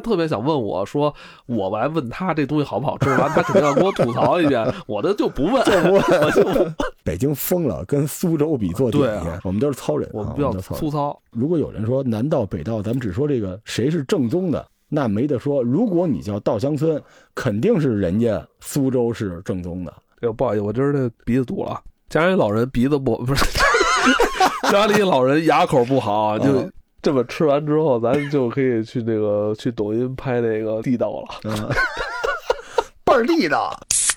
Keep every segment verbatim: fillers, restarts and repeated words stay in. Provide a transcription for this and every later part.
特别想问我说，我来问他这东西好不好吃，完他肯定要给我吐槽一遍，我的就不问， 就不问我就不北京疯了，跟苏州比做点心、啊，我们都是糙人、啊， 我们比较粗糙。 如果有人说南道北道，咱们只说这个谁是正宗的，那没得说。如果你叫稻香村，肯定是人家苏州是正宗的。 哎呦，不好意思，我今儿这鼻子堵了。家里老人鼻子不不是，家里老人牙口不好，就这么吃完之后，咱就可以去那个去抖音拍那个地道了， 嗯、倍儿地道。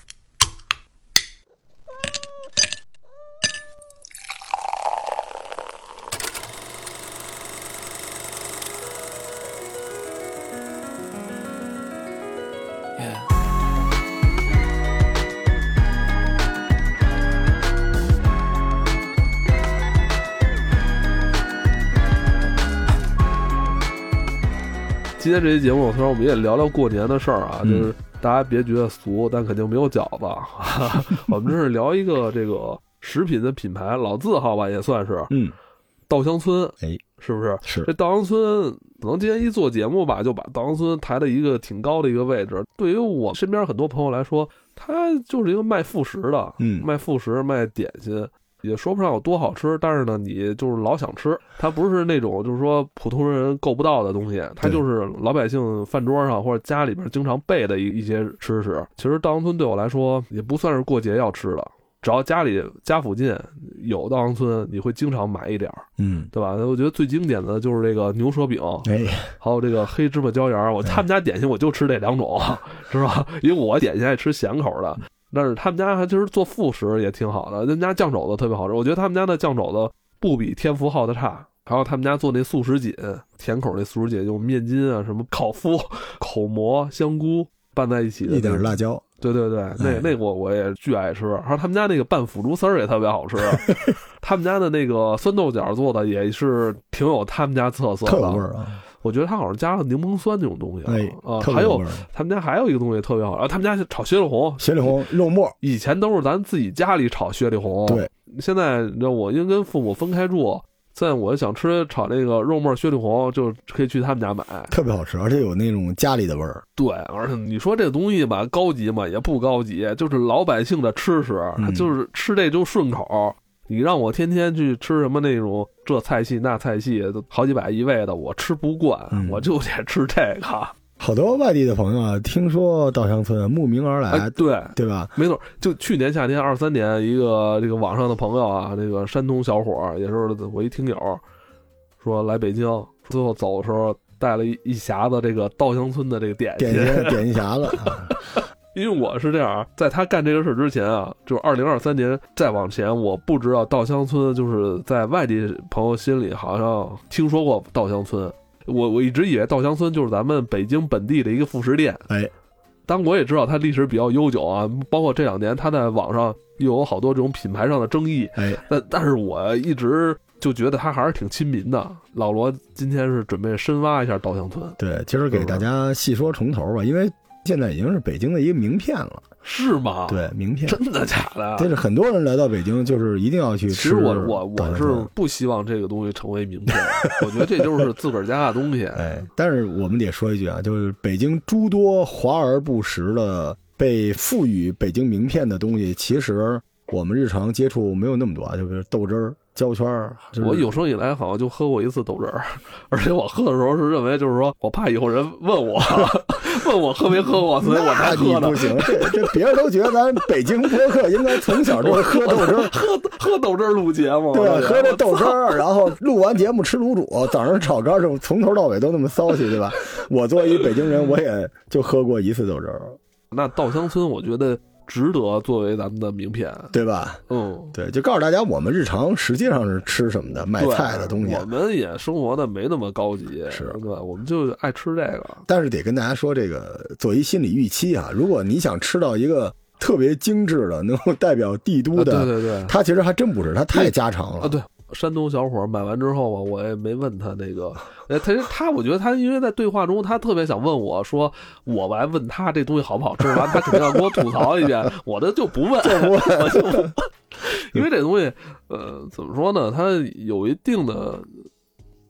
今天这期节目虽然我们也聊聊过年的事儿啊、嗯、就是大家别觉得俗，但肯定没有饺子我们这是聊一个这个食品的品牌，老字号吧也算是， 嗯， 稻香村， 哎， 是不是？ 是。 这稻香村可能今天一做节目吧，就把稻香村抬到一个挺高的一个位置。对于我身边很多朋友来说，他就是一个卖副食的， 嗯， 卖副食卖点心。也说不上有多好吃，但是呢，你就是老想吃。它不是那种就是说普通人够不到的东西，它就是老百姓饭桌上或者家里边经常备的一一些吃食。其实稻香村对我来说也不算是过节要吃的，只要家里家附近有稻香村，你会经常买一点， 嗯， 对吧？我觉得最经典的就是这个牛舌饼， 哎， 还有这个黑芝麻椒盐。我他们家点心我就吃这两种，知道吧？因为我点心爱吃咸口的。但是他们家还就是做副食也挺好的，他们家酱肘子特别好吃，我觉得他们家的酱肘子不比天福号的差。还有他们家做那素食锦，甜口那素食锦用面筋啊、什么烤麸、口蘑、香菇拌在一起的， 一点辣椒， 对对对，那那我我也巨爱吃。还有他们家那个拌腐竹丝儿也特别好吃，他们家的那个酸豆角做的也是挺有他们家特色的， 特有味儿啊。 我觉得他好像加了柠檬酸这种东西， 哎啊，还有他们家还有一个东西特别好，然后他们家炒雪里红， 雪里红肉末， 以前都是咱自己家里炒雪里红， 对， 现在你知道我因为跟父母分开住，现在我想吃炒那个肉末雪里红，就可以去他们家买， 特别好吃，而且有那种家里的味儿。 对，而且你说这东西吧，高级嘛也不高级，就是老百姓的吃食，嗯、就是吃这就顺口。你让我天天去吃什么那种这菜系那菜系都好几百一位的，我吃不惯，嗯、我就得吃这个。 好多外地的朋友啊，听说稻香村慕名而来， 哎、对对吧？ 没错，就去年夏天二三年，一个这个网上的朋友啊，这个山东小伙也是我一听友，说来北京，最后走的时候带了一一匣子这个稻香村的这个点心，点心点心匣子。 因为我是这样，在他干这个事之前啊，就是二零二三年再往前，我不知道稻香村就是在外地朋友心里好像听说过稻香村，我我一直以为稻香村就是咱们北京本地的一个副食店。 哎， 当我也知道它历史比较悠久啊，包括这两年它在网上又有好多这种品牌上的争议。 哎， 但但是我一直就觉得它还是挺亲民的。老罗今天是准备深挖一下稻香村。 对，今儿给大家细说从头吧，因为现在已经是北京的一个名片了， 是吗？ 对，名片， 真的假的？ 但是很多人来到北京，就是一定要去吃。 其实我我我是不希望这个东西成为名片，我觉得这就是自个儿家的东西。 哎，但是我们得说一句啊，就是北京诸多华而不实的被赋予北京名片的东西，其实我们日常接触没有那么多啊，就是豆汁儿。胶圈儿， 我有生以来好像就喝过一次豆汁儿，而且我喝的时候是认为就是说我怕以后人问我问我喝没喝过，所以我才喝的。 不行，这这别人都觉得咱北京播客应该从小就是喝豆汁儿， 喝喝豆汁儿录节目， 对，喝这豆汁儿，然后录完节目吃卤煮，早上炒肝是从头到尾都那么骚气，对吧？我作为一北京人，我也就喝过一次豆汁儿。 那稻香村，我觉得值得作为咱们的名片， 对吧？ 嗯， 对，就告诉大家我们日常实际上是吃什么的，买菜的东西。 我们也生活的没那么高级， 是对吧？我们就爱吃这个。 但是得跟大家说，这个做一心理预期啊，如果你想吃到一个特别精致的，能够代表帝都的， 啊、对对对， 它其实还真不是，它太家常了啊。对。山东小伙买完之后啊，我也没问他那个，哎，他他我觉得他因为在对话中，他特别想问我说，我来问他这东西好不好吃，完他肯定要给我吐槽一遍，我的就不问， 就不问我就不因为这东西，呃，怎么说呢？它有一定的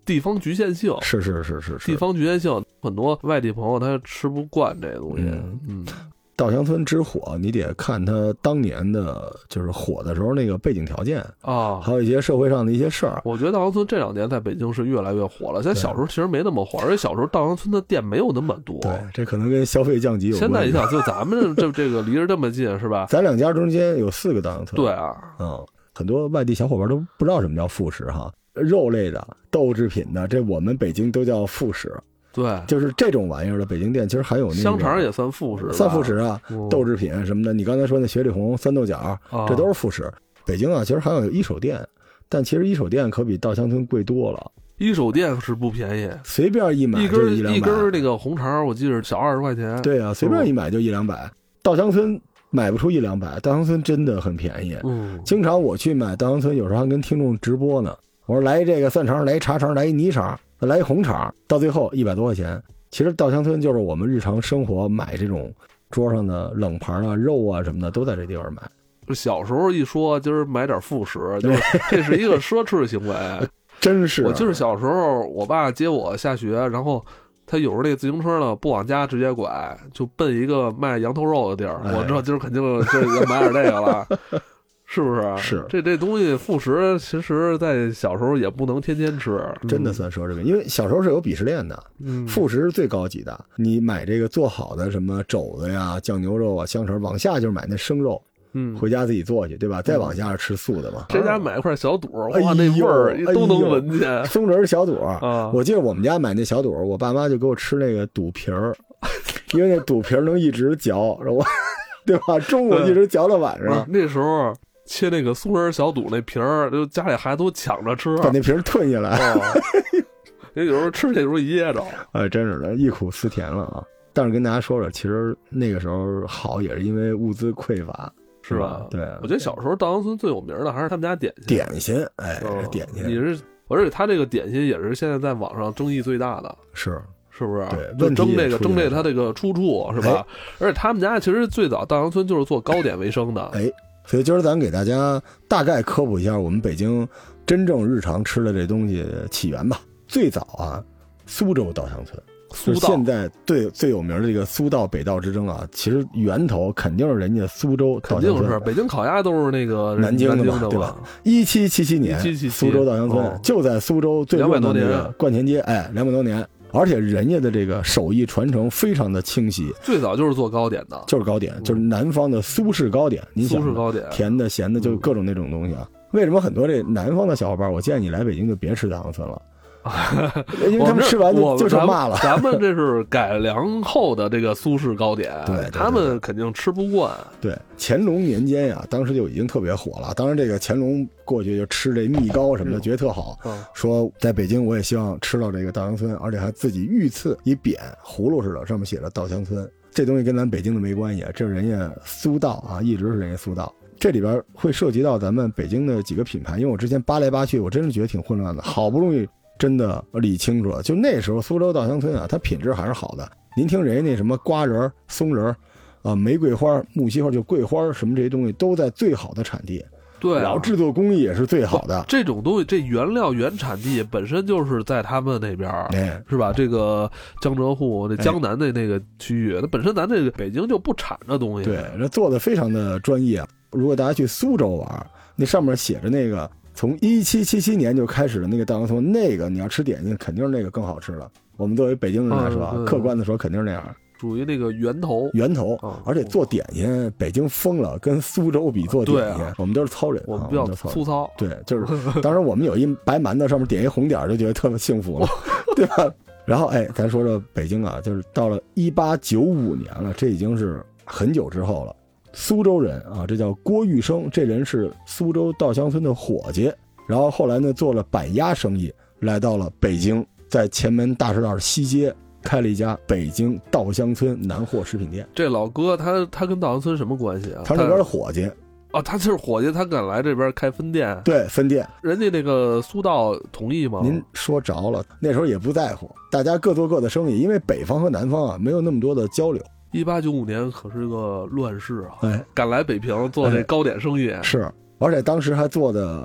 地方局限性， 是是是是是， 地方局限性，很多外地朋友他吃不惯这个东西。 嗯嗯， 稻香村之火，你得看它当年的就是火的时候那个背景条件啊， 还有一些社会上的一些事儿。 我觉得稻香村这两年在北京是越来越火了，像小时候其实没那么火，而且小时候稻香村的店没有那么多。 对，这可能跟消费降级有关。 现在你想，就咱们这这个离着这么近，是吧？ 咱两家中间有四个稻香村。 对啊， 嗯，很多外地小伙伴都不知道什么叫副食哈。肉类的、豆制品的，这我们北京都叫副食。 对， 就是这种玩意儿的北京店，其实还有那个香肠也算副食， 算副食啊， 嗯、 豆制品什么的。你刚才说那雪里红、酸豆角， 啊、 这都是副食。北京啊，其实还有一手店，但其实一手店可比稻香村贵多了。 一手店是不便宜， 随便一买一就一两百。 一根那个红肠，我记得小二十块钱。 对啊，随便一买就一两百。稻香村买不出一两百，稻香村真的很便宜。 嗯， 经常我去买稻香村，有时候还跟听众直播呢。我说来这个蒜肠，来一茶肠，来一泥肠，来一红肠，到最后一百多块钱。其实稻香村就是我们日常生活买这种桌上的冷盘啊、肉啊什么的，都在这地方买。 小时候一说今儿买点副食，就是这是一个奢侈行为。 真是， 我就是小时候，我爸接我下学，然后他有时候那个自行车呢不往家直接拐，就奔一个卖羊头肉的地儿。 哎、 我知道今儿肯定就要买点这个了。是不是？ 是这这东西副食，其实在小时候也不能天天吃， 真的算奢侈品。因为小时候是有鄙视链的， 嗯， 副食是最高级的。你买这个做好的什么肘子呀、酱牛肉啊、香肠，往下就是买那生肉， 嗯， 回家自己做去，对吧？再往下是吃素的嘛。 谁家买块小肚， 哎、 哇，那味儿都能闻见。 哎、松仁小肚啊， 我记得我们家买那小肚，我爸妈就给我吃那个肚皮儿，因为那肚皮儿能一直嚼，我对吧？中午一直嚼到晚上。 那时候。切那个松仁小肚那皮儿，就家里孩子都抢着吃， 把那皮儿吞下来。 哦、有时候吃那时候噎着， 哎，真是的，忆苦思甜了啊！但是跟大家说说，其实那个时候好也是因为物资匮乏， 是吧？ 对， 我觉得小时候稻香村最有名的还是他们家点心。 点心，哎， 哦、 点心， 你是，而且他这个点心也是现在在网上争议最大的， 是。 是不是？ 对， 就争这个争这他这个出处是吧？ 哎、 而且他们家其实最早稻香村就是做糕点为生的， 哎。所以今儿咱给大家大概科普一下我们北京真正日常吃的这东西起源吧。最早啊，苏州稻香村， 苏道现在最最有名的这个苏道北道之争啊，其实源头肯定是人家苏州稻香村， 肯定是北京烤鸭都是那个南京的嘛， 的对吧？一七七七年，苏州稻香村、哦、就在苏州最热闹的那个冠前街，哎，两百多年。而且人家的这个手艺传承非常的清晰， 最早就是做糕点的， 就是糕点，就是南方的苏式糕点。您想， 苏式糕点， 甜的、咸的，就各种那种东西啊。为什么很多这南方的小伙伴，我建议你来北京就别吃稻香村了，因为他们吃完就就成骂了。 咱们这是改良后的这个苏式糕点， 对，对对对他们肯定吃不惯。 对，乾隆年间呀、啊，当时就已经特别火了。当然，这个乾隆过去就吃这蜜糕什么的，觉得特好。 嗯， 说在北京我也希望吃到这个稻香村，而且还自己御赐一匾，葫芦似的，上面写着稻香村。这东西跟咱北京的没关系，这是人家苏道啊，一直是人家苏道。这里边会涉及到咱们北京的几个品牌，因为我之前扒来扒去，我真是觉得挺混乱的，好不容易真的理清楚了。就那时候苏州稻香村啊，它品质还是好的。您听人家那什么瓜仁、松仁啊、玫瑰花、木樨花，就桂花什么这些东西都在最好的产地。 对、啊， 然后制作工艺也是最好的。 这种东西，这原料原产地本身就是在他们那边， 哎、 是吧？这个江浙沪、那江南的那个区域，那、哎、本身咱这个北京就不产这东西。 对，这做的非常的专业。如果大家去苏州玩，那上面写着那个从一七七七年就开始的那个稻香村，那个你要吃点心，肯定是那个更好吃了。我们作为北京人来说， 嗯、 客观的说肯定是那样。 属于那个源头， 源头， 嗯、 而且做点心，北京疯了，跟苏州比做点心， 啊、 我们都是糙人， 我们比较粗糙。 对，就是当时我们有一白馒头，上面点一红点，就觉得特别幸福了，对吧？然后，哎，咱说说北京啊，就是到了一八九五年了，这已经是很久之后了。苏州人啊，这叫郭玉生，这人是苏州稻香村的伙计，然后后来呢做了板鸭生意，来到了北京，在前门大石栏西街开了一家北京稻香村南货食品店。 这老哥他他跟稻香村什么关系啊？ 他那边的伙计啊，他就是伙计，他敢来这边开分店？ 对，分店。 人家那个苏道同意吗？ 您说着了，那时候也不在乎，大家各做各的生意，因为北方和南方啊没有那么多的交流。 一八九五年可是个乱世啊！ 哎， 敢来北平做这糕点生意、 哎、是，而且当时还做的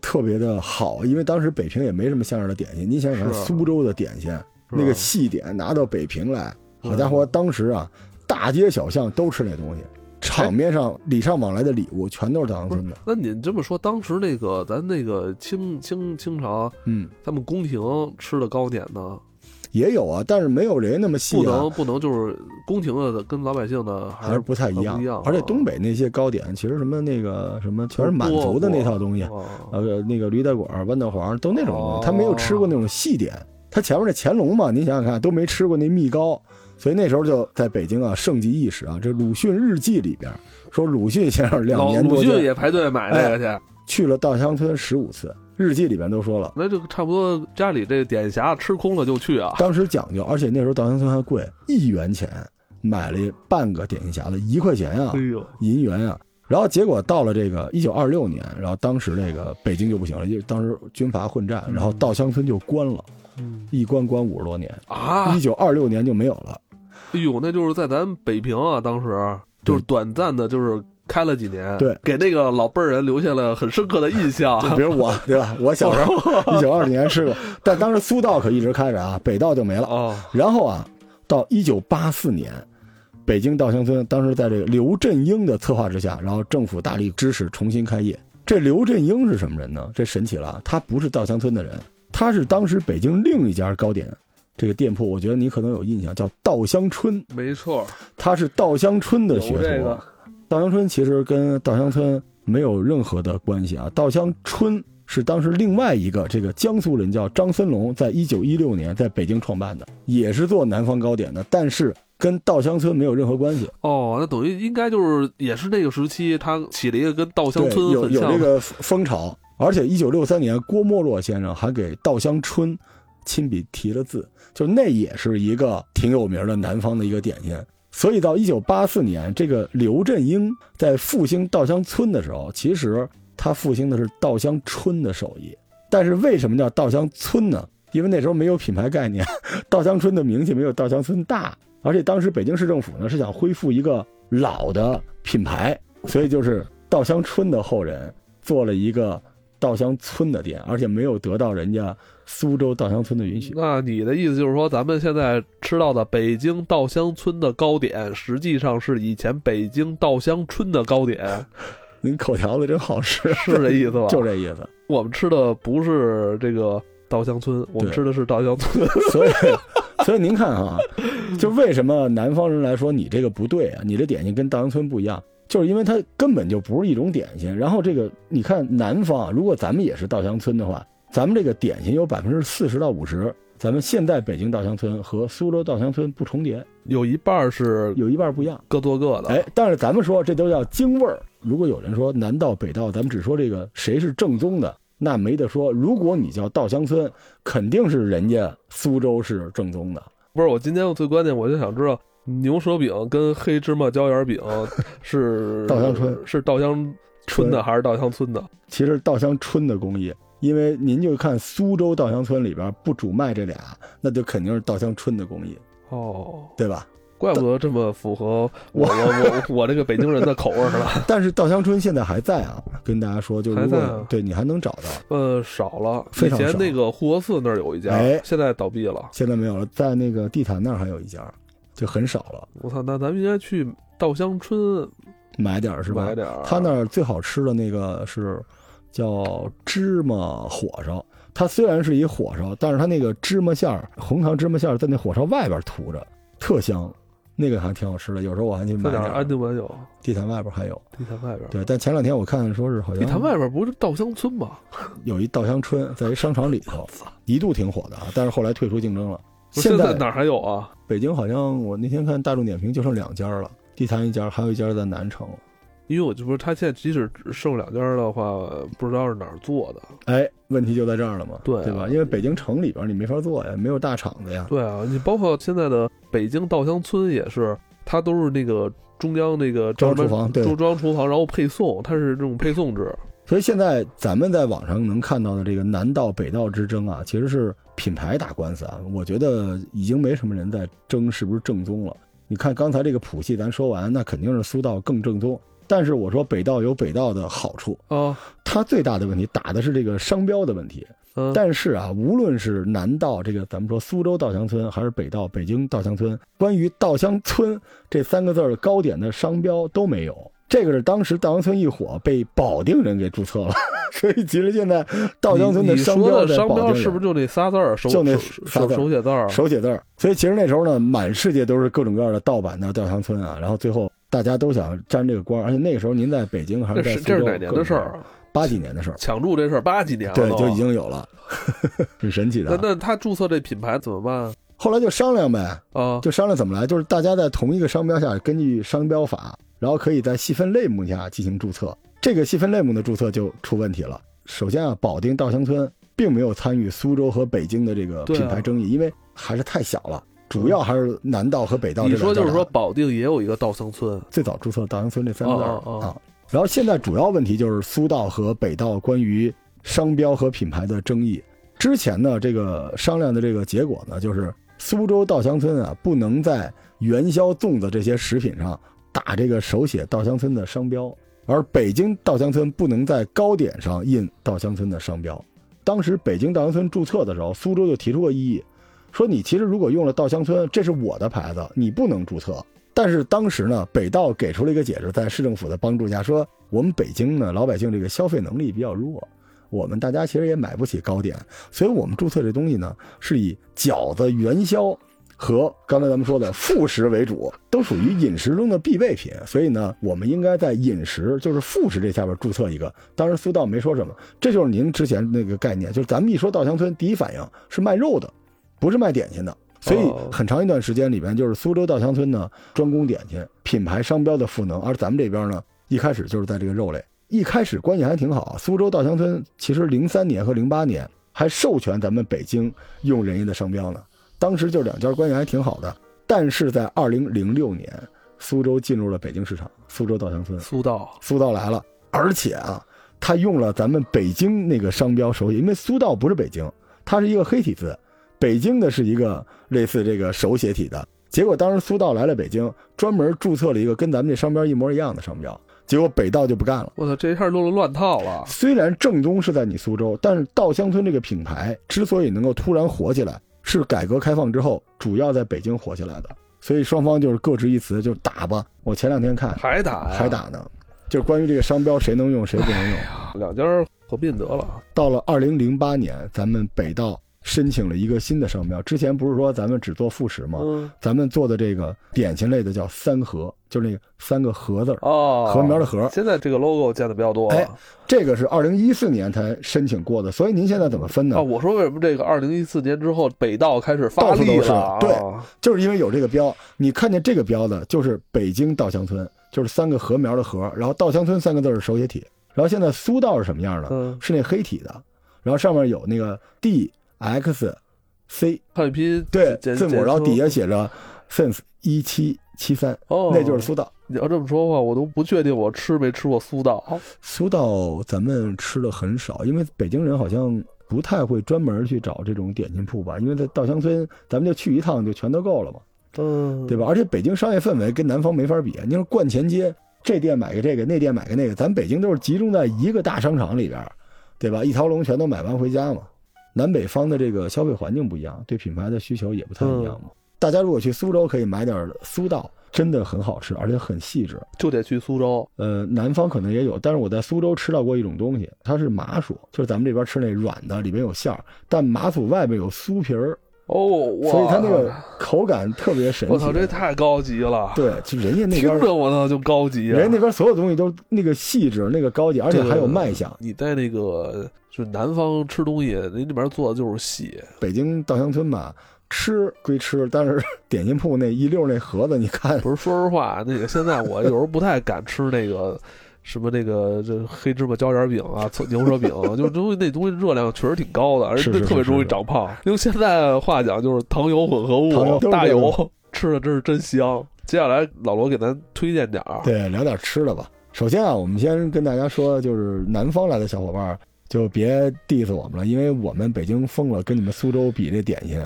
特别的好，因为当时北平也没什么像样的点心。你想想看，苏州的点心那个细点拿到北平来，好家伙，当时啊，大街小巷都吃那东西。场面上礼尚往来的礼物全都是稻香村的。 那你这么说，当时那个咱那个清清清朝， 嗯， 他们宫廷吃的糕点呢， 也有啊，但是没有人那么细、啊， 不能不能就是宫廷的跟老百姓的还是不太一样。 不一样啊、 而且东北那些糕点，其实什么那个什么全是满族的那套东西，呃，那个驴打滚、豌豆黄都那种东西，他没有吃过那种细点。他前面那乾隆嘛，您想想看，都没吃过那蜜糕。所以那时候就在北京啊，盛极一时啊。这鲁迅日记里边说，鲁迅先生两年多， 鲁迅也排队买这个去，哎、 去了稻香村十五次。日记里边都说了， 那就差不多家里这点匣吃空了就去啊。 当时讲究，而且那时候稻香村还贵，一元钱买了半个点心匣子，一块钱啊， 哎呦， 银元啊。然后结果到了这个一九二六年，然后当时这个北京就不行了，因为当时军阀混战，然后稻香村就关了，嗯、一关关五十多年啊， 一九二六年就没有了。 哎呦，那就是在咱北平啊，当时就是短暂的，就是开了几年， 对， 给那个老辈人留下了很深刻的印象。 比如我，对吧？我小时候一九二几年吃过，但当时苏道可一直开着啊，北道就没了。哦，然后啊，到一九八四年，北京稻香村当时在这个刘振英的策划之下，然后政府大力支持重新开业。这刘振英是什么人呢？这神奇了，他不是稻香村的人，他是当时北京另一家糕点。这个店铺我觉得你可能有印象，叫稻香春。 没错， 他是稻香春的学徒。 这个稻香春其实跟稻香村没有任何的关系啊。稻香春是当时另外一个这个江苏人叫张森龙，在一九一六年在北京创办的，也是做南方糕点的，但是跟稻香村没有任何关系。 哦，那等于应该就是也是那个时期，他起了一个跟稻香村有很像有这个风潮。而且一九六三年，郭沫若先生还给稻香春亲笔题了字。就那也是一个挺有名的南方的一个点心，所以到一九八四年，这个刘振英在复兴稻香村的时候，其实他复兴的是稻香春的手艺。但是为什么叫稻香村呢？因为那时候没有品牌概念，稻香春的名气没有稻香村大，而且当时北京市政府呢是想恢复一个老的品牌，所以就是稻香春的后人做了一个稻香村的店，而且没有得到人家苏州稻香村的允许。 那你的意思就是说，咱们现在吃到的北京稻香村的糕点，实际上是以前北京稻香村的糕点。 您口条子真好吃， 是这意思吧？ 就这意思。 我们吃的不是这个稻香村，我们吃的是稻香村。 所以，所以您看啊，就为什么南方人来说你这个不对啊？你这点心跟稻香村不一样。就是因为它根本就不是一种点心，然后这个你看南方，如果咱们也是稻香村的话，咱们这个点心有百分之四十到五十，咱们现在北京稻香村和苏州稻香村不重叠， 有一半是有一半不一样， 各做各的。 哎，但是咱们说这都叫京味儿。如果有人说南道北道，咱们只说这个谁是正宗的，那没得说。如果你叫稻香村，肯定是人家苏州是正宗的。 不是，我今天最关键我就想知道。牛舌饼跟黑芝麻椒盐饼是稻香村， 是稻香村的还是稻香村的？ 其实稻香村的工艺，因为您就看苏州稻香村里边不主卖这俩，那就肯定是稻香村的工艺哦， 对吧？ 怪不得这么符合我我我我这个北京人的口味了。 但是稻香村现在还在啊，跟大家说，就如果、啊、对你还能找到， 呃，少了， 非常少。 以前那个护国寺那儿有一家， 哎， 现在倒闭了， 现在没有了，在那个地坛那儿还有一家。就很少了。 我操，那咱们应该去稻香村买点是吧？ 买点。 他那儿最好吃的那个是叫芝麻火烧，它虽然是一火烧，但是它那个芝麻馅儿，红糖芝麻馅儿在那火烧外边涂着，特香，那个还挺好吃的。有时候我还去买点。 安定门有， 地坛外边还有。 地坛外边。 对，但前两天我看说是好像地坛外边不是稻香村吗？ 有一稻香村，在一商场里头，一度挺火的啊，但是后来退出竞争了。 现在哪还有啊？ 北京好像我那天看大众点评就剩两家了，地坛一家，还有一家在南城。 因为我就不是他现在即使只剩两家的话，不知道是哪儿做的。 哎，问题就在这儿了嘛， 对、啊、 对吧？因为北京城里边你没法做呀，没有大厂子呀。 对啊，你包括现在的北京稻香村也是，它都是那个中央那个中央厨房，对， 中央厨房，然后配送，它是这种配送制。 所以现在咱们在网上能看到的这个南道北道之争啊，其实是品牌打官司啊。我觉得已经没什么人在争是不是正宗了。你看刚才这个谱系咱说完，那肯定是苏道更正宗。 但是我说北道有北道的好处啊， 它最大的问题打的是这个商标的问题。 嗯， 但是啊，无论是南道这个咱们说苏州稻香村，还是北道北京稻香村，关于稻香村这三个字的糕点的商标都没有。这个是当时稻香村一火被保定人给注册了，所以其实现在稻香村的商标在保定人， 商标是不是就那仨字儿？ 就那仨字手写字儿， 手写字儿。所以其实那时候呢，满世界都是各种各样的盗版的稻香村啊，然后最后大家都想沾这个光，而且那个时候您在北京还是在苏州， 这是哪年的事儿？ 八几年的事儿， 抢注这事儿八几年了， 对，就已经有了，很神奇的。 那那他注册这品牌怎么办？ 后来就商量呗， 啊， 就商量怎么来，就是大家在同一个商标下，根据商标法，然后可以在细分类目下进行注册。这个细分类目的注册就出问题了。首先啊，保定稻香村并没有参与苏州和北京的这个品牌争议，啊、因为还是太小了。主要还是南道和北道。 你说就是说，保定也有一个稻香村， 最早注册稻香村这三个字哦哦哦啊。然后现在主要问题就是苏道和北道关于商标和品牌的争议。之前呢，这个商量的这个结果呢，就是苏州稻香村啊，不能在元宵、粽子这些食品上打这个手写稻香村的商标，而北京稻香村不能在糕点上印稻香村的商标。当时北京稻香村注册的时候，苏州就提出过异议，说你其实如果用了稻香村，这是我的牌子，你不能注册。但是当时呢，北道给出了一个解释，在市政府的帮助下，说我们北京呢老百姓这个消费能力比较弱，我们大家其实也买不起糕点，所以我们注册这东西呢是以饺子、元宵和刚才咱们说的副食为主，都属于饮食中的必备品，所以呢我们应该在饮食就是副食这下边注册一个。当时苏道没说什么，这就是您之前那个概念，就是咱们一说稻香村，第一反应是卖肉的，不是卖点心的。所以很长一段时间里边，就是苏州稻香村呢专攻点心，品牌商标的赋能，而咱们这边呢一开始就是在这个肉类，一开始关系还挺好。苏州稻香村其实零三年和零八年还授权咱们北京用人家的商标呢，当时就两家关系还挺好的。但是在二零零六年，苏州进入了北京市场，苏州稻香村， 苏道， 苏道来了，而且啊，他用了咱们北京那个商标手写，因为苏道不是北京，它是一个黑体字。北京的是一个类似这个手写体的，结果当时苏道来了北京，专门注册了一个跟咱们这商标一模一样的商标，结果北道就不干了。 我操，这一下弄了乱套了。 虽然正宗是在你苏州，但是稻香村这个品牌之所以能够突然火起来，是改革开放之后主要在北京火起来的，所以双方就是各执一词，就打吧。我前两天看还打呀， 还打呢，就是关于这个商标谁能用谁不能用， 两家合并得了。 到了二零零八年，咱们北道申请了一个新的商标，之前不是说咱们只做副食吗？嗯，咱们做的这个点心类的叫三合，就是那个三个合字哦， 禾苗的禾。 现在这个 logo 见的比较多。 哎，这个是二零一四年才申请过的，所以您现在怎么分呢？ 啊，我说为什么这个二零一四年之后北道开始发力了？ 对，就是因为有这个标，你看见这个标的就是北京稻香村，就是三个禾苗的禾，然后稻香村三个字是手写体，然后现在苏道是什么样的？嗯，是那黑体的，然后上面有那个 D。X C 汉语拼对字母，然后底下写着 since 一七七三，哦，那就是苏道。 你要这么说的话，我都不确定我吃没吃过苏道。 苏道咱们吃的很少，因为北京人好像不太会专门去找这种点心铺吧，因为在稻香村咱们就去一趟就全都够了嘛，嗯，对吧？而且北京商业氛围跟南方没法比，你说冠前街这店买个这个，那店买个那个，咱北京都是集中在一个大商场里边，对吧？一条龙全都买完回家嘛。南北方的这个消费环境不一样，对品牌的需求也不太一样嘛。嗯、大家如果去苏州可以买点苏道，真的很好吃，而且很细致。 就得去苏州。呃， 南方可能也有，但是我在苏州吃到过一种东西，它是麻薯，就是咱们这边吃那软的，里面有馅儿，但麻薯外面有酥皮儿。 哦， 所以它那个口感特别神奇。 我操，这太高级了。 对，就人家那边听着我操就高级啊。 人家那边所有东西都那个细致，那个高级，而且还有卖相。 你在那个就南方吃东西，人那边做的就是细。 北京稻香村吧，吃归吃，但是点心铺那一溜那盒子，你看， 不是说实话，那个现在我有时候不太敢吃那个。什么那个这黑芝麻椒盐饼啊，牛舌饼，就是东西那东西热量确实挺高的，而且特别容易长胖。用现在话讲就是糖油混合物， 油大油，吃的真是真香。接下来老罗给咱推荐点儿， 对，聊点吃的吧。首先啊，我们先跟大家说，就是南方来的小伙伴就别 diss 我们了，因为我们北京疯了，跟你们苏州比这点心哈。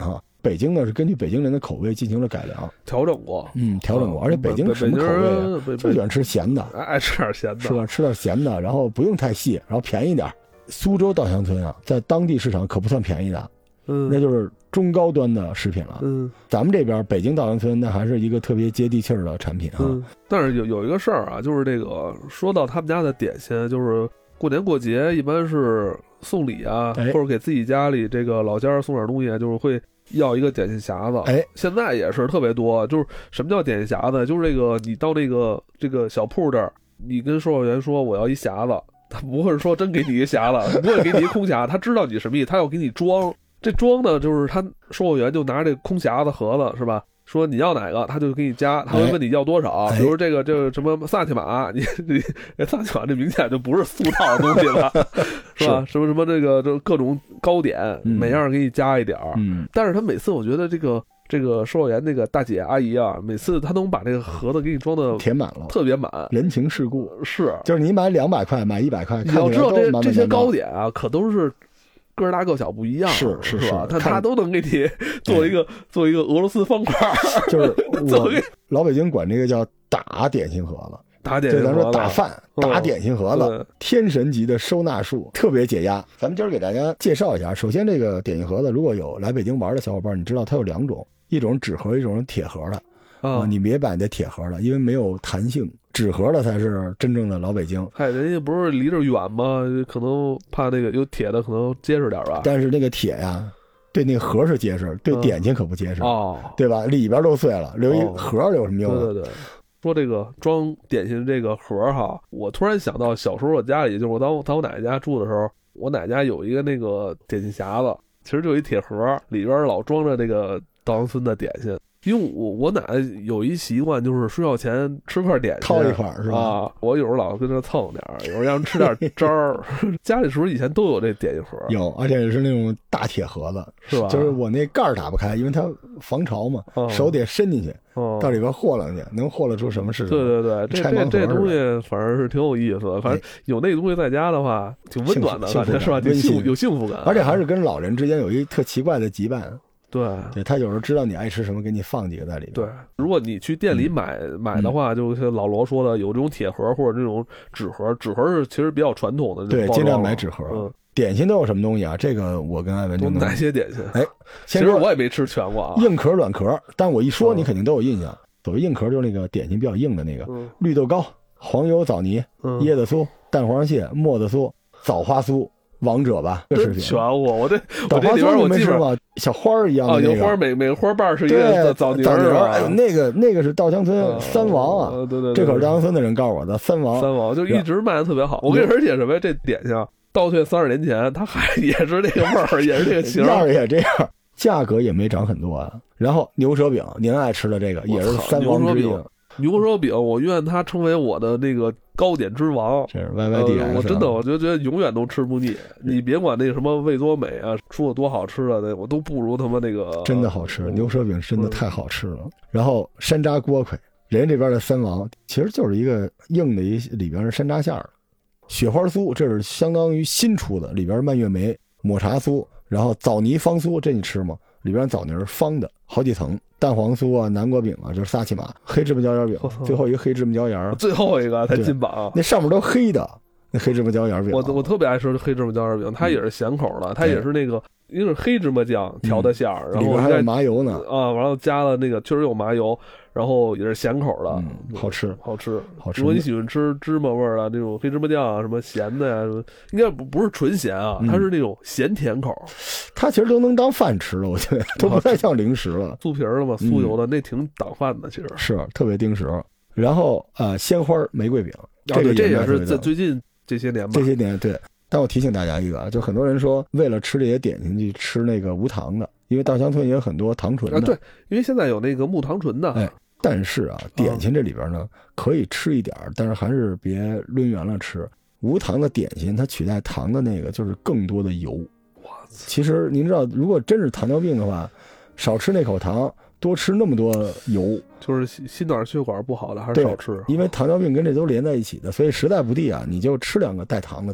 北京呢是根据北京人的口味进行了改良， 调整过， 嗯，调整过，而且北京什么口味啊？就喜欢吃咸的， 爱吃点咸的， 是吧？吃点咸的，然后不用太细，然后便宜点。苏州稻香村啊，在当地市场可不算便宜的， 嗯， 那就是中高端的食品了。 嗯， 咱们这边北京稻香村那还是一个特别接地气儿的产品啊。 嗯，但是有有一个事儿啊，就是这个说到他们家的点心，就是过年过节一般是送礼啊， 哎、 或者给自己家里这个老家送点东西，就是会要一个点心匣子。 哎， 现在也是特别多，就是什么叫点心匣子？就是这个你到那个这个小铺这儿，你跟售货员说我要一匣子。他不会说真给你一匣子，不会给你一空匣，他知道你什么意思，他要给你装。这装呢，就是他售货员就拿这空匣子盒子是吧？说你要哪个，他就给你加，他会问你要多少。 哎、 比如这个这个什么萨琪玛，你你萨琪玛这明显就不是塑套的东西了，是吧？什么什么这个这各种糕点， 嗯、 每样给你加一点儿。 嗯， 但是他每次我觉得这个。这个售货员那个大姐阿姨啊，每次她能把这个盒子给你装的填满了， 特别满， 人情世故是， 就是你买两百块，买一百块， 你要知道这这些糕点啊，可都是个儿大个小不一样， 是是是吧？他他都能给你做一个、哎、做一个俄罗斯方块， 就是我老北京管这个叫打点心盒子。 打点心盒子， 咱说打饭、哦、打点心盒子、 哦， 天神级的收纳术，特别解压。咱们今儿给大家介绍一下，首先这个点心盒子，如果有来北京玩的小伙伴，你知道它有两种，一种纸盒，一种铁盒的。啊、哦，你别买那铁盒的，因为没有弹性，纸盒的才是真正的老北京。 嗨，人家不是离着远吗？可能怕那个有铁的可能结实点吧。 但是那个铁呀，对那个盒是结实，对点心可不结实、 嗯、哦， 对吧？里边都碎了，留一盒有什么用啊？ 对对对。说这个装点心这个盒哈，我突然想到小时候我家里，就是我当当我奶奶家住的时候，我奶奶家有一个那个点心匣子，其实就一铁盒，里边老装着这个稻香村的点心。因为我我奶奶有一习惯，就是睡觉前吃块点心， 掏一块是吧？ 啊，我有时候老跟着蹭点儿，有时候让人吃点渣儿。家里是不是以前都有这点心盒？ 有，而且是那种大铁盒子， 是吧？ 就是我那盖儿打不开，因为它防潮嘛，哦、手得伸进去，哦、到里边和楞去，能和楞出什么是什么。 对对对，这这这东西反正是挺有意思的，反正有那个东西在家的话，挺温暖的，感觉是吧？挺幸有幸福感， 而且还是跟老人之间有一特奇怪的羁绊。 对对，他有时候知道你爱吃什么，给你放几个在里面。 对，如果你去店里买、嗯、买的话，就像老罗说的，有这种铁盒或者这种纸盒，纸盒是其实比较传统的。 对，尽量买纸盒。嗯，点心都有什么东西啊？这个我跟艾文就能哪些点心？ 哎， 其实我也没吃全过啊。 硬壳、软壳，但我一说你肯定都有印象。嗯、所谓硬壳就是那个点心比较硬的那个，嗯、绿豆糕、黄油枣泥、 嗯、 椰子酥、蛋黄蟹、沫子酥、枣花酥。王者吧，这真全我我这我这里边我记得小花儿一样的那个， 啊、有花每每个花瓣是一个枣泥儿， 哎，那个那个是稻香村三王啊， 呃、对, 对对， 这可是稻香村的人告诉我的，三王三王就一直卖的特别好。我跟你说，而且什么呀，这点心倒退三十年前，它还也是这个味儿，也是这个形样也这样，价格也没涨很多啊。然后牛舌饼，您爱吃的这个也是三王之一。 牛舌饼，我愿它成为我的那个糕点之王。 这是 Y Y D S，、 呃、我真的我就觉得永远都吃不腻。你别管那个什么味多美啊，出的多好吃的，那我都不如他妈那个真的好吃。呃、牛舌饼真的太好吃了。然后山楂锅盔，人家这边的三王其实就是一个硬的一里边是山楂馅儿。雪花酥，这是相当于新出的，里边蔓越莓、抹茶酥，然后枣泥方酥，这你吃吗？里边枣泥是方的，好几层。蛋黄酥啊，南瓜饼啊，就是萨琪玛，黑芝麻椒盐饼，最后一个黑芝麻椒盐， 最后一个才进榜。 那上面都黑的，那黑芝麻椒盐饼， 我我特别爱吃黑芝麻椒盐饼，它也是咸口的，它也是那个。因为是黑芝麻酱调的馅儿、嗯，然后还有麻油呢啊，然后加了那个确实有麻油，然后也是咸口的， 嗯、好吃好吃好吃。 如果你喜欢吃芝麻味儿啊，那种黑芝麻酱啊，什么咸的呀、啊，应该不不是纯咸啊，它是那种咸甜口、嗯， 它其实都能当饭吃了，我觉得都不太像零食了， 酥皮儿了嘛，酥油的、嗯、那挺挡饭的，其实是特别盯食。然后呃，鲜花玫瑰饼， 这个、 啊、 这也是在最近这些年吧， 这些年对。但我提醒大家一个啊，就很多人说为了吃这些点心去吃那个无糖的，因为稻香村也有很多糖醇的、 啊。对，因为现在有那个木糖醇的。 哎，但是啊，点心这里边呢、嗯、可以吃一点，但是还是别抡圆了吃。无糖的点心它取代糖的那个就是更多的油。 哇， 其实您知道，如果真是糖尿病的话，少吃那口糖，多吃那么多油， 就是心心脑血管不好的还是少吃。 因为糖尿病跟这都连在一起的，所以实在不地啊，你就吃两个带糖的得了。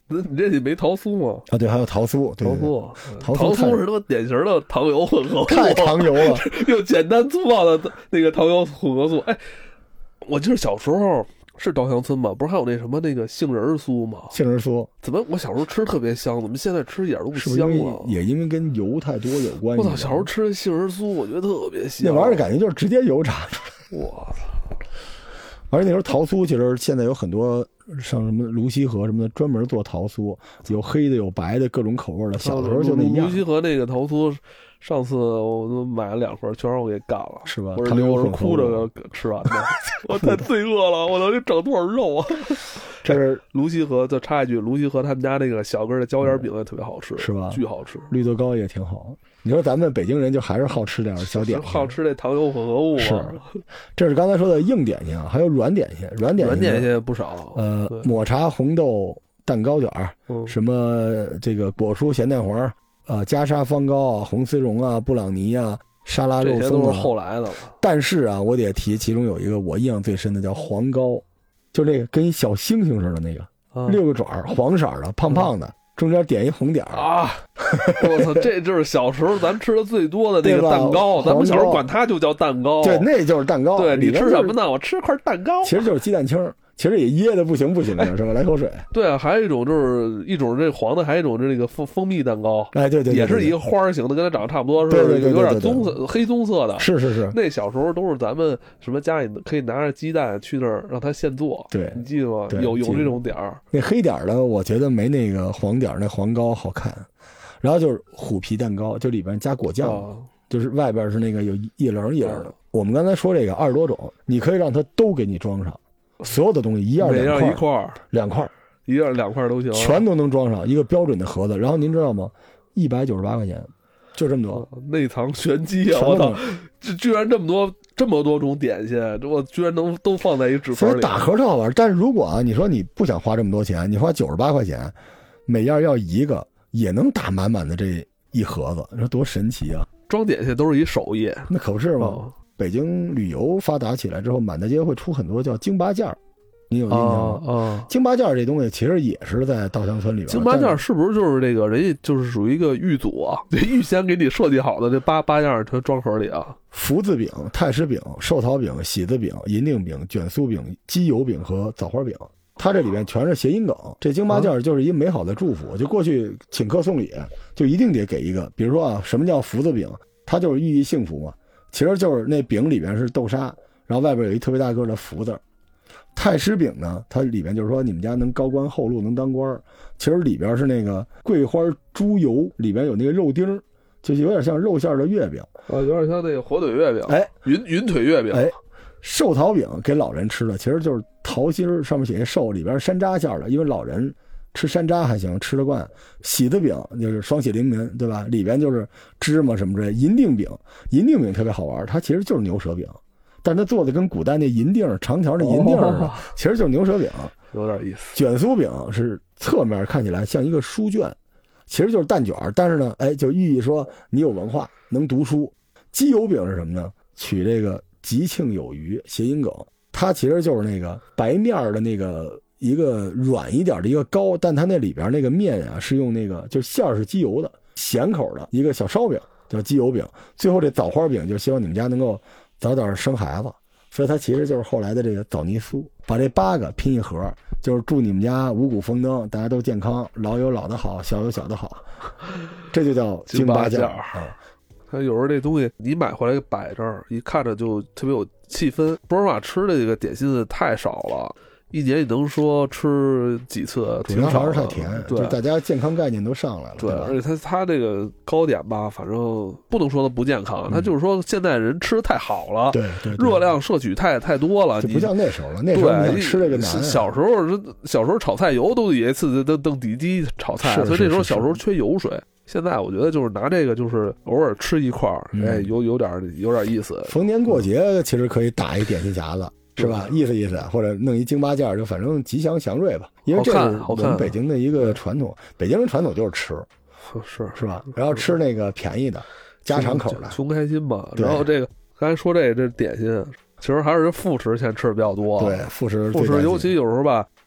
那你这里没桃酥吗？ 啊，对，还有桃酥，对桃酥， 桃桃酥是他妈典型的糖油混合物， 太糖油了， 又简单粗暴的那个糖油混合素。哎，我记得小时候是稻香村吧？不是还有那什么那个杏仁酥吗？ 杏仁酥怎么我小时候吃特别香，怎么现在吃一点都不香了？ 也因为跟油太多有关系。 我操，小时候吃杏仁酥，我觉得特别香。 那玩意儿感觉就是直接油炸出来。我操！ 而且那时候桃酥其实现在有很多，像什么泸溪河什么的，专门做桃酥，有黑的有白的各种口味的。小时候就那样。 泸溪河那个桃酥，上次我都买了两盒，全让我给干了， 是吧？ 我是我是哭着吃完的，我太罪恶了，我到底整多少肉啊？ 这是泸溪河，再插一句，泸溪河他们家那个小根的椒盐饼也特别好吃， 是吧？ 巨好吃， 绿豆糕也挺好。你说咱们北京人就还是好吃点小点心， 好吃这糖油混合物。 是，这是刚才说的硬点心啊，还有软点心，软点心软点心不少。 呃，抹茶红豆蛋糕卷，嗯、什么这个果蔬咸蛋黄。呃，加沙方糕啊，红丝绒啊，布朗尼啊，沙拉肉松啊， 这些都是后来的了。 但是啊，我得提，其中有一个我印象最深的叫黄糕，就那个跟一小星星似的那个，啊、六个爪，黄色的，胖胖的，嗯、中间点一红点啊！我操，这就是小时候咱吃的最多的那个蛋糕，咱们小时候管它就叫蛋糕。 对，那就是蛋糕。 对，你吃什么呢？我吃块蛋糕。 其实就是鸡蛋清。其实也噎得不行不行的，是吧？来口水。 对啊，还有一种就是一种这黄的，还有一种这个蜂蜂蜜蛋糕。 哎，对 对, 对, 对, 对， 也是一个花型的，跟它长得差不多，是有点棕色、黑棕色的。 是是是。 那小时候都是咱们什么家里可以拿着鸡蛋去那儿让它现做。 对， 你记得吗？有有这种点儿。 那黑点儿的，我觉得没那个黄点儿那黄糕好看。然后就是虎皮蛋糕，就里边加果酱，哦、就是外边是那个有一棱一棱的。我们刚才说这个二十多种，你可以让它都给你装上。所有的东西一样两块， 一块两块， 一样两块都行， 全都能装上一个标准的盒子。然后您知道吗？一百九十八块钱，就这么多， 内藏玄机啊！我操，这居然这么多这么多种点心，我居然能都放在一纸盒里。 所以打盒特好玩。但是如果啊，你说你不想花这么多钱，你花九十八块钱，每样要一个，也能打满满的这一盒子，你说多神奇啊！ 装点心都是一手艺， 那可不是吗？ 哦北京旅游发达起来之后，满大街会出很多叫京八件，你有印象吗？ 啊啊、 京八件这东西其实也是在稻香村里边。 京八件是不是就是这个人家就是属于一个预组啊？预先给你设计好的这八八样它装盒里啊？ 福字饼、太师饼、寿桃饼、喜字饼、银锭饼、卷酥饼、鸡油饼和枣花饼。它这里面全是谐音梗。这京八件就是一美好的祝福，就过去请客送礼，就一定得给一个。比如说啊，什么叫福字饼？它就是寓意幸福嘛。其实就是那饼里边是豆沙，然后外边有一特别大个的福字。太师饼呢，它里边就是说你们家能高官厚禄，能当官。其实里边是那个桂花猪油，里边有那个肉丁，就是有点像肉馅的月饼啊，有点像那个火腿月饼， 哎， 云云腿月饼， 哎，寿桃饼给老人吃的，其实就是桃心上面写一寿，里边是山楂馅的，因为老人吃山楂还行，吃得惯。喜字饼就是双喜临门，对吧？里边就是芝麻什么之类。银锭饼，银锭饼特别好玩，它其实就是牛舌饼，但是它做的跟古代那银锭长条的银锭似的，哦、其实就是牛舌饼， 有点意思。 卷酥饼是侧面看起来像一个书卷，其实就是蛋卷，但是呢，哎，就寓意说你有文化，能读书。鸡油饼是什么呢？取这个吉庆有余谐音梗，它其实就是那个白面的那个。一个软一点的一个糕，但它那里边那个面啊是用那个就馅儿是鸡油的，咸口的一个小烧饼叫鸡油饼。最后这枣花饼就希望你们家能够早点生孩子，所以它其实就是后来的这个枣泥酥。把这八个拼一盒，就是祝你们家五谷丰登，大家都健康，老有老的好，小有小的好，这就叫京八件。 它有时候这东西你买回来摆这儿，一看着就特别有气氛。波尔玛吃的这个点心太少了。一年你能说吃几次？ 主要还是太甜，对，大家健康概念都上来了。 对，而且它它这个糕点吧，反正不能说它不健康，它、嗯、就是说现在人吃的太好了， 对对， 热量摄取太太多了， 就不像那时候了。那时候你吃这个难、啊。 小时候小时候炒菜油都一次登登底基炒菜，所以那时候小时候缺油水。现在我觉得就是拿这个，就是偶尔吃一块儿，嗯、哎，有有点有点意思。 逢年过节其实可以打一点心匣子。是吧？意思意思，或者弄一京八件，就反正吉祥祥瑞吧。因为这是我们北京的一个传统，北京人传统就是吃， 是是吧？然后吃那个便宜的、家常口的， 穷开心嘛。然后这个刚才说这这点心，其实还是副食现在吃的比较多。 对，副食副食尤其有时候吧，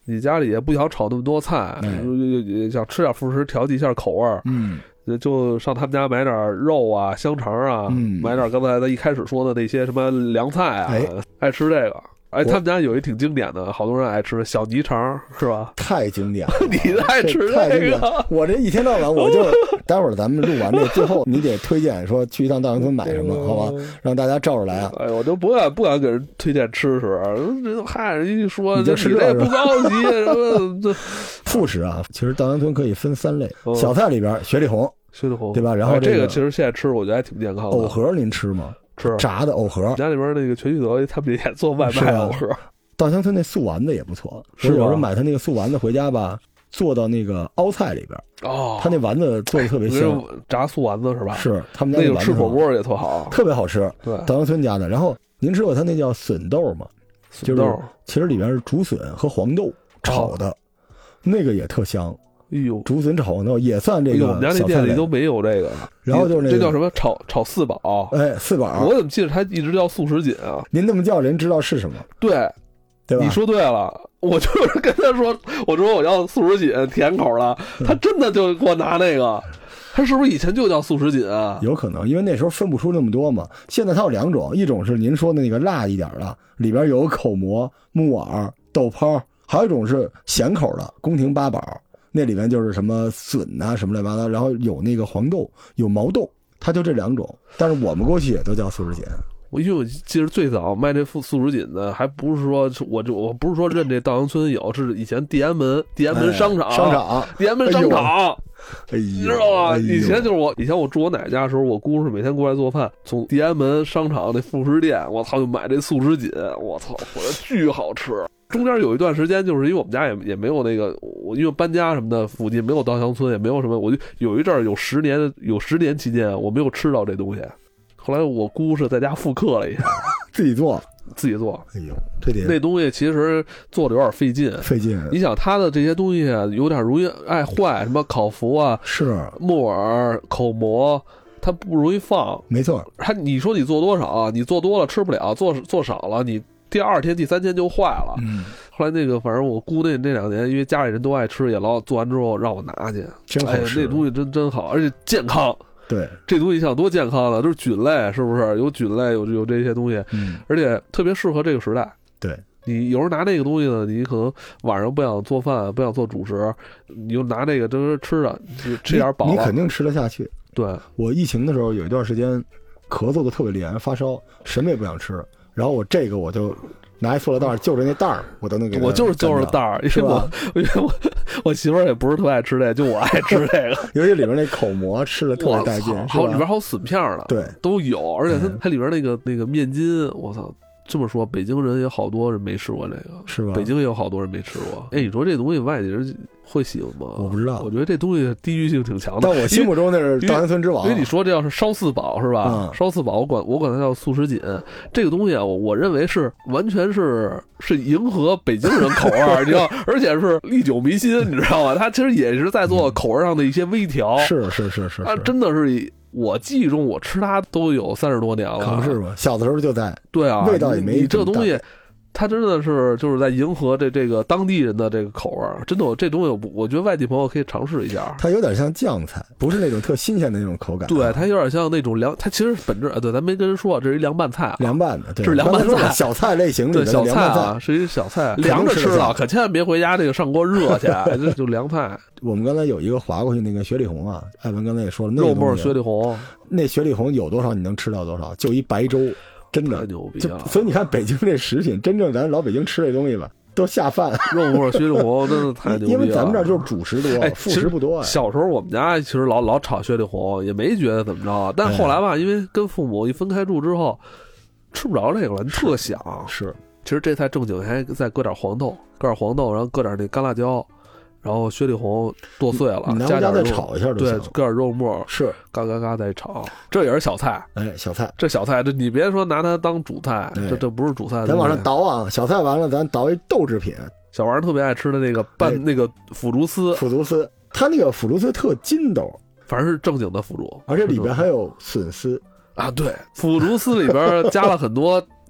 你家里也不想炒那么多菜，也想吃点副食调剂一下口味儿， 嗯， 就上他们家买点肉啊、香肠啊， 嗯、 买点刚才他一开始说的那些什么凉菜啊， 哎、 爱吃这个。哎，他们家有一挺经典的，好多人爱吃小泥肠，是吧？ 太经典了， 你爱吃这个？ 我这一天到晚我就，待会儿咱们录完这最后，你得推荐说去一趟稻香村买什么，好吧？让大家照着来啊！ 哎，我就不敢不敢给人推荐吃吃，嗨，人一说你就吃这不高级，什么这副食啊？其实稻香村可以分三类，哦、小菜里边雪里红， 雪里红对吧？然后、 这个、哎、这个其实现在吃我觉得还挺健康的。 藕盒您吃吗？ 吃炸的藕盒， 家里边那个全聚德他们也做外卖藕盒。 稻香村那素丸子也不错，我有时候买他那个素丸子回家吧，做到那个凹菜里边哦， 他那丸子做的特别香， 炸素丸子是吧？ 是他们家那个吃火锅也特好， 特别好吃。 对， 稻香村家的。然后您吃过他那叫笋豆吗？ 笋豆、 就是、其实里边是竹笋和黄豆炒的，哦、那个也特香。 哎呦， 竹笋炒黄豆也算这个、哎。 我们家那店里都没有这个。 然后就是那个、这叫什么炒炒四宝？ 哎，四宝。 我怎么记得它一直叫素食锦啊？ 您这么叫人知道是什么？ 对。 对吧？ 你说对了，我就是跟他说，我说我要素食锦甜口的，他真的就给我拿那个，他是不是以前就叫素食锦啊？ 有可能，因为那时候分不出那么多嘛。现在它有两种，一种是您说的那个辣一点的，里边有口蘑、木耳、豆泡，还有一种是咸口的宫廷八宝，那里面就是什么笋啊什么乱七八糟，然后有那个黄豆，有毛豆，它就这两种。但是我们过去也都叫素食锦。 我因为我记得最早卖这素食锦的，还不是说我就我不是说认这稻香村有，是以前地安门地安门商场、 哎、商场地安门商场， 哎你知道吗？以前就是我以前我住我奶奶家的时候，我姑是每天过来做饭，从地安门商场那副食店，我操就买这素食锦，我操，我巨好吃。中间有一段时间，就是因为我们家也也没有那个，我因为搬家什么的，附近没有稻香村，也没有什么，我就有一阵儿有十年有十年期间，我没有吃到这东西。后来我姑是在家复刻了一下， 自己做， 自己做。 哎呦，这点那东西其实做的有点费劲， 费劲。 你想它的这些东西啊，有点容易爱坏，什么烤麸啊， 是木耳、口蘑，它不容易放。 没错， 它你说你做多少，你做多了吃不了，做做少了，你第二天、第三天就坏了。 嗯。 后来那个，反正我姑那那两年，因为家里人都爱吃，也老做完之后让我拿去， 真好吃。 哎，那东西真真好，而且健康。 对， 这东西想多健康了，都是菌类，是不是？有菌类，有有这些东西， 嗯， 而且特别适合这个时代。 对， 你有时候拿那个东西呢，你可能晚上不想做饭，不想做主食，你就拿这个就是吃着，就吃点饱了， 你肯定吃得下去。 对， 我疫情的时候有一段时间咳嗽的特别厉害，发烧，什么也不想吃，然后我这个我就拿一塑料袋就着那袋儿，我都能给我就是就着袋儿，因为我因为我我媳妇儿也不是特别爱吃这个，就我爱吃这个， 尤其里边那口蘑吃的特别带劲， 还有里边还有笋片的， 对， 都有，而且它、嗯、它里边那个那个面筋，我操！这么说，北京人也好多人没吃过这个， 是吧？ 北京也有好多人没吃过。哎，你说这东西外地人会喜欢吗？ 我不知道， 我觉得这东西地域性挺强的。 但我心目中那是稻香村之王。 因为你说这要是烧四宝是吧？ 嗯、 烧四宝，我管我管它叫素食锦。这个东西啊，我我认为是完全是是迎合北京人口味，你知道，而且是历久弥新，你知道吗？它其实也是在做口味上的一些微调。 嗯、是是是是， 它真的是。我记忆中，我吃它都有三十多年了， 可能是吧？小的时候就在， 对啊， 味道也没你这东西，它真的是就是在迎合这这个当地人的这个口味，真的，这东西我觉得外地朋友可以尝试一下。 它有点像酱菜，不是那种特新鲜的那种口感。 对，它有点像那种凉，它其实本质啊，对，咱没跟人说，这是一凉拌菜、啊， 凉拌的，对， 这是凉拌菜， 小菜类型里的小菜啊，是一小菜，凉着吃了，可千万别回家这个上锅热去，这就凉菜。 我们刚才有一个划过去那个雪里红啊，艾文刚才也说了， 肉末雪里红， 那雪里红有多少你能吃到多少，就一白粥。真的太牛逼了！ 所以你看北京这食品，真正咱老北京吃这东西吧，都下饭。 肉末雪里红真的太牛逼了， 因为咱们这儿就是主食多，副食不多、哎。 小时候我们家其实老老炒雪里红，也没觉得怎么着，但后来吧，哎、因为跟父母一分开住之后，吃不着这个了，你特想。 是， 其实这菜正经还再搁点黄豆，搁点黄豆，然后搁点那干辣椒。然后雪里红剁碎了， 加点再炒一下对，搁点肉末， 是嘎嘎嘎再炒，这也是小菜。 哎，小菜， 这小菜，这你别说拿它当主菜，这这不是主菜。 咱往上倒啊，小菜完了，咱倒一豆制品。 小王特别爱吃的那个拌、哎、那个腐竹丝， 腐竹丝，它那个腐竹丝特筋斗， 反正是正经的腐竹， 而且里边还有笋丝啊。对，腐竹丝里边加了很多。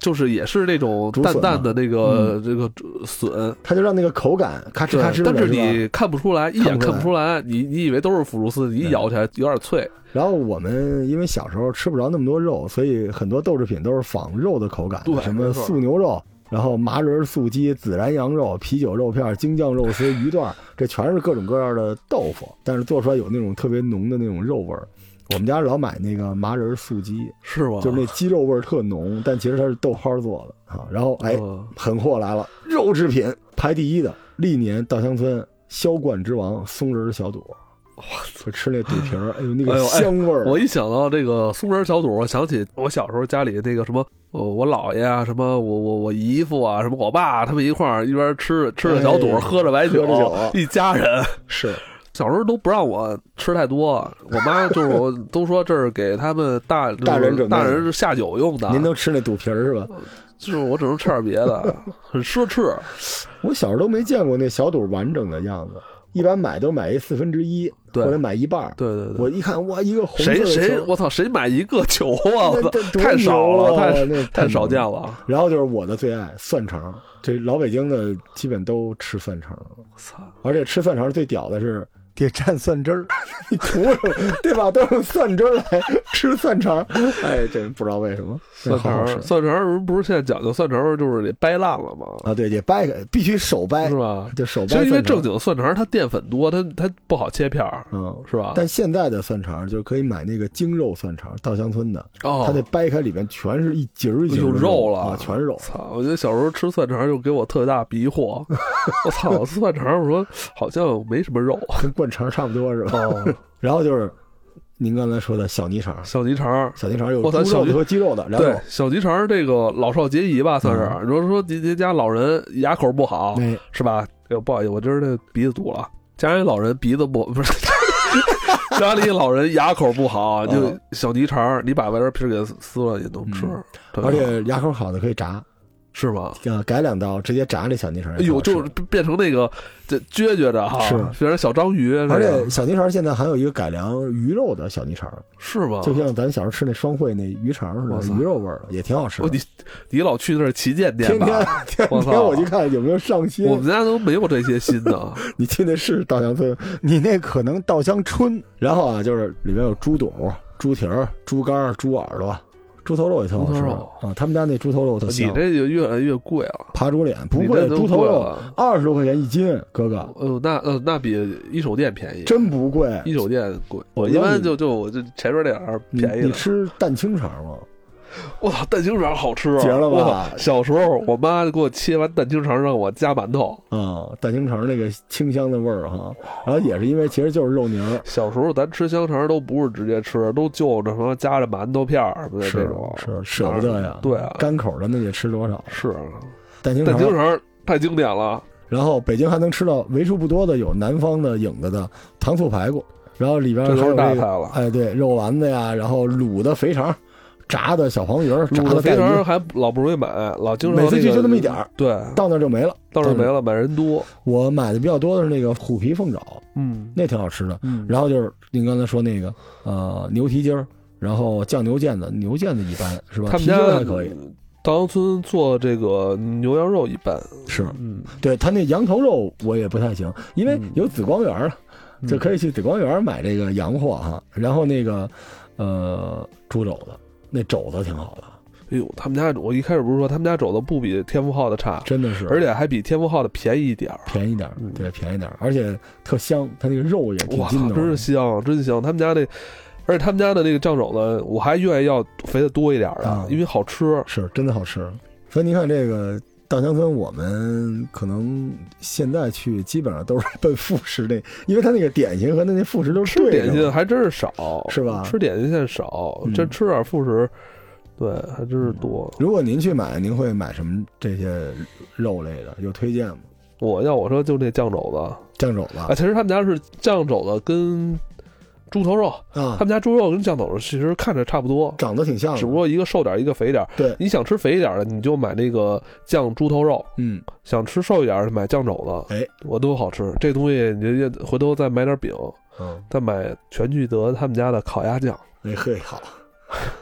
就是也是那种淡淡的那个、嗯、这个笋， 它就让那个口感咔哧咔哧的， 但是你看不出来，一眼看不出来，你你以为都是腐竹丝，你一咬起来有点脆。 然后我们因为小时候吃不着那么多肉，所以很多豆制品都是仿肉的口感， 对， 什么素牛肉，然后麻仁素鸡、孜然羊肉、啤酒肉片、京酱肉丝、鱼段，这全是各种各样的豆腐，但是做出来有那种特别浓的那种肉味儿。我们家老买那个麻仁素鸡， 是吗？ 就是那鸡肉味儿特浓，但其实它是豆花做的啊。然后哎，狠货来了，肉制品排第一的，历年稻香村销冠之王松仁小肚。哇，吃那肚皮儿，哎呦那个香味儿、 哎！我一想到这个松仁小肚，我想起我小时候家里那个什么，我我姥爷啊，什么我我我姨夫啊，什么我爸他们一块儿一边吃吃着小肚，哎、喝着白酒， 酒一家人是。 小时候都不让我吃太多，我妈就是我都说这是给他们大大人准备大人下酒用的。 您都吃那肚皮儿是吧？ 就是我只能吃点别的，很奢侈。 我小时候都没见过那小肚完整的样子，一般买都买一四分之一，或者买一半。 对对对， 我一看哇，一个红色的谁谁我操，谁买一个球啊？我操，太少了，太那太少见了。 然后就是我的最爱蒜肠，这老北京的基本都吃蒜肠。我操！而且吃蒜肠最屌的是。得蘸蒜汁儿，你图什么？对吧？都用蒜汁儿来吃蒜肠，哎，这不知道为什么。 蒜肠，蒜肠不是现在讲究蒜肠就是得掰烂了吗？ 啊，对，得掰开，必须手掰， 是吧？ 就手掰。 因为正经的蒜肠它淀粉多，它它不好切片儿， 嗯， 是吧？ 但现在的蒜肠就可以买那个精肉蒜肠，稻香村的， 哦， 它得掰开里面全是一节一节有肉了啊，全是肉。 操！我觉得小时候吃蒜肠就给我特大逼惑。我操，蒜肠我说好像没什么肉， 跟灌肠差不多是吧？ 哦， 然后就是您刚才说的小泥肠， 小泥肠， 小泥肠有猪肉的和鸡肉的， 对，小泥肠这个老少皆宜吧，算是。如果说您家老人牙口不好， 嗯、 是吧？哎呦，不好意思，我今儿这鼻子堵了。家里老人鼻子不不是，家里老人牙口不好，就小泥肠，你把外边皮给撕了也能吃， 嗯、而且牙口好的可以炸。 是吗？ 啊，改两刀，直接炸这小泥肠。 哎呦，就变成那个这撅撅着哈， 是变成小章鱼。 而且小泥肠现在还有一个改良鱼肉的小泥肠， 是吗？ 就像咱小时候吃那双汇那鱼肠似的，鱼肉味儿的，也挺好吃的。 你你老去那儿旗舰店吧？ 天天天天我去看有没有上新。 我们家都没有这些新的。 你去那是稻香村，你那可能稻香春。然后啊，就是里面有猪肚、猪蹄儿、猪肝、猪耳朵。猪头肉也挺好吃的啊！他们家那猪头肉特香。 你这就越来越贵了。 扒猪脸不贵，猪头肉二十多块钱一斤，哥哥。 呃，那呃那比一手店便宜。 真不贵， 一手店贵。我一般就就我就前边点儿便宜。 你吃蛋清肠吗？ 我操，蛋清肠好吃， 绝了吧！ 小时候我妈给我切完蛋清肠，让我加馒头啊、嗯，蛋清肠那个清香的味儿哈。然后也是因为其实就是肉泥儿。 小时候咱吃香肠都不是直接吃，都就着什么夹着馒头片儿什么的这种， 是舍不得呀。 对啊， 干口的那得吃多少？ 是蛋清肠， 蛋清肠太经典了。 然后北京还能吃到为数不多的有南方的影子的糖醋排骨，然后里边还有、 这、大菜了。 哎，对，肉丸子呀，然后卤的肥肠。炸的小黄鱼，炸的肥肠还老不容易买，老经常、那个、每次去就那么一点儿， 对， 到那就没了， 到那没了，买人多。 我买的比较多的是那个虎皮凤爪， 嗯， 那挺好吃的。 嗯， 然后就是您刚才说那个呃牛蹄筋儿，然后酱牛腱子，牛腱子一般是吧？ 他们家还可以。 稻香村做这个牛羊肉一般是， 嗯， 对他那羊头肉我也不太行，因为有紫光园啊，嗯、就可以去紫光园买这个洋货哈。然后那个呃猪肘子。那肘子挺好的， 哎呦，他们家我一开始不是说他们家肘子不比天福号的差， 真的是， 而且还比天福号的便宜一点， 便宜点，对，便宜点，而且特香，它那个肉也挺筋道， 真是香，真香。他们家那，而且他们家的那个酱肘子，我还愿意要肥的多一点的， 啊、 因为好吃， 是真的好吃。所以您看这个稻香村，我们可能现在去基本上都是奔副食那，因为它那个点心和那那副食都是吃点心还真是少， 是吧？ 吃点心现在少，嗯、这吃点副食，对，还真是多。 如果您去买，您会买什么这些肉类的？有推荐吗？ 我要我说就那酱肘子， 酱肘子啊，其实他们家是酱肘子跟猪头肉啊， 他们家猪肉跟酱肘子其实看着差不多， 长得挺像的， 只不过一个瘦点，一个肥点。 对， 你想吃肥一点的，你就买那个酱猪头肉， 嗯， 想吃瘦一点的买酱肘子， 哎， 我都好吃。这东西你回头再买点饼， 嗯， 再买全聚德他们家的烤鸭酱， 哎嘿好。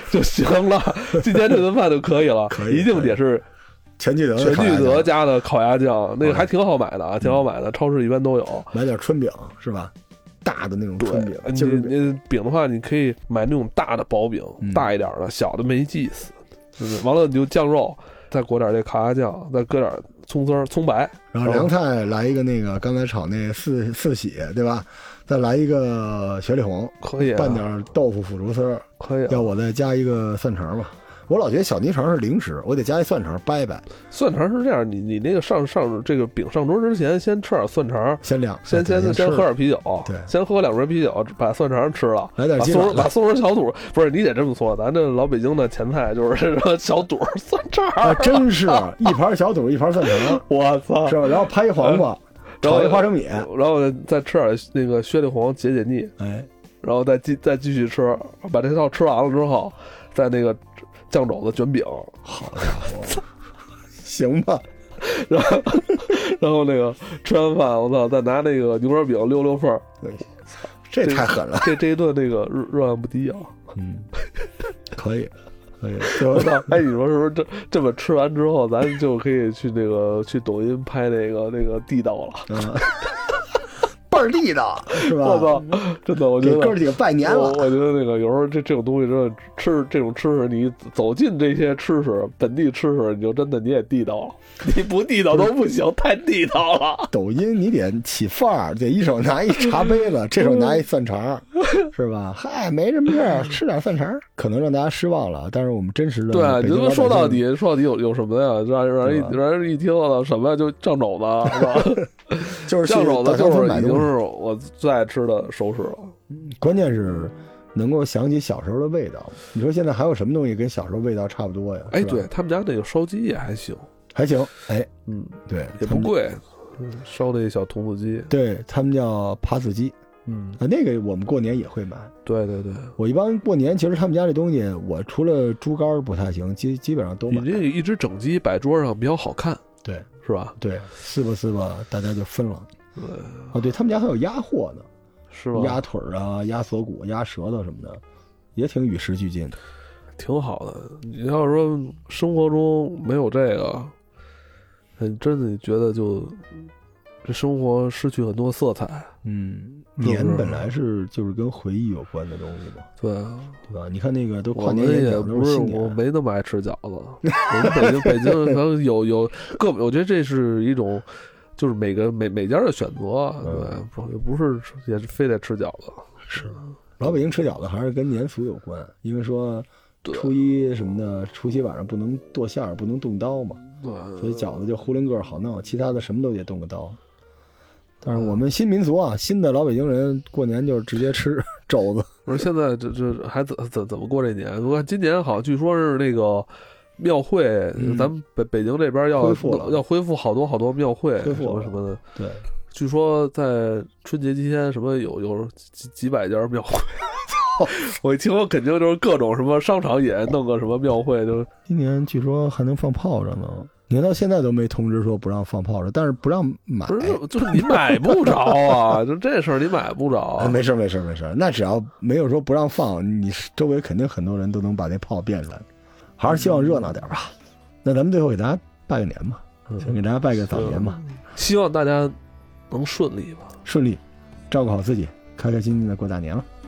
就行了，今天这顿饭就可以了， 可以一定得是全聚德全聚德家的烤鸭酱，那个还挺好买的啊，挺好买的，超市一般都有。 买点春饼是吧？大的那种春饼， 你就是你饼的话，你可以买那种大的薄饼， 嗯、 大一点的，小的没意思。就是完了你就酱肉，再裹点这烤鸭酱，再搁点葱丝儿、葱白， 然后凉菜来一个那个刚才炒那四四喜，对吧？再来一个雪里红， 可以、啊、 拌点豆腐腐竹丝儿， 可以、啊。 要我再加一个蒜肠吧。我老觉得小泥肠是零食，我得加一蒜肠掰掰。 蒜肠是这样，你你那个上上这个饼上桌之前，先吃点蒜肠， 先凉， 先先先先喝点啤酒， 对， 先喝两瓶啤酒，把蒜肠吃了， 来点鸡把松把松仁小肚，不是你得这么说，咱这老北京的前菜就是说小肚蒜肠， 啊，真是一盘小肚一盘蒜肠， 我操， 是吧？然后拍一黄瓜，炒一花生米， 然后再吃点那个雪里红解解腻， 哎， 然后再继再继续吃，把这套吃完了之后，再那个。酱肘子卷饼， 好家伙，行吧。 然后，然后那个吃完饭，我操，再拿那个牛肉饼溜溜缝儿， 这太狠了。 这这一顿那个热热量不低啊。 嗯，可以，可以。 我操，哎，你说是不是这这么吃完之后，咱就可以去那个去抖音拍那个那个地道了？ 嗯倍儿地道是吧？ 我操，真的，我觉得给哥几个拜年了。 我, 我觉得那个有时候这这种东西，真的吃这种吃食，你走进这些吃食，本地吃食，你就真的你也地道了。你不地道都不行，太地道了。 抖音你得起范儿，得一手拿一茶杯子，这手拿一蒜肠，是吧？嗨，没什么事儿，吃点蒜肠，可能让大家失望了。但是我们真实的对啊，你说说到底，说到底有有什么呀？让让人一让人一听了什么呀，就酱肘子，是吧？ 就是酱肘子，就是已经是我最爱吃的熟食了。 关键是能够想起小时候的味道。你说现在还有什么东西跟小时候味道差不多呀？ 哎，对他们家那个烧鸡也还行， 还行。哎， 嗯， 对， 也不贵，烧那小童子鸡， 对他们叫扒子鸡。 嗯啊，那个我们过年也会买。 对对对， 我一般过年其实他们家这东西，我除了猪肝不太行，基基本上都买。 你这一只整鸡摆桌上比较好看， 对， 是吧？ 对，撕吧撕吧，大家就分了。 对， 哦，对他们家还有鸭货呢， 是吧？ 鸭腿啊、鸭锁骨、鸭舌头什么的，也挺与时俱进的， 挺好的。你要是说生活中没有这个，真的觉得就这生活失去很多色彩。 嗯，年本来是就是跟回忆有关的东西嘛， 对啊， 对吧？你看那个都跨年也不是，我没那么爱吃饺子。我们北京北京可能有有个，我觉得这是一种，就是每个每每家的选择，对，不不是也是非得吃饺子。 是，老北京吃饺子还是跟年俗有关，因为说初一什么的，除夕晚上不能剁馅儿，不能动刀嘛， 对， 所以饺子就囫囵个好弄，其他的什么都得动个刀。但是我们新民俗啊，新的老北京人过年就是直接吃肘子。 不是现在这这还怎怎怎么过这年？我看今年好，据说是那个庙会，嗯、咱们北北京这边要恢复了， 要恢复好多好多庙会， 恢复什么什么的。 对， 据说在春节期间，什么有有几几百家庙会。我一听，我肯定就是各种什么商场也弄个什么庙会，就今年据说还能放炮仗呢。你到现在都没通知说不让放炮仗，但是不让买， 不是就是你买不着啊，就这事儿你买不着、啊。 没事没事没事，那只要没有说不让放，你周围肯定很多人都能把那炮变出来，还是希望热闹点吧。那咱们最后给大家拜个年吧，先给大家拜个早年吧， 希望大家能顺利吧， 顺利，照顾好自己，开开心心的过大年了。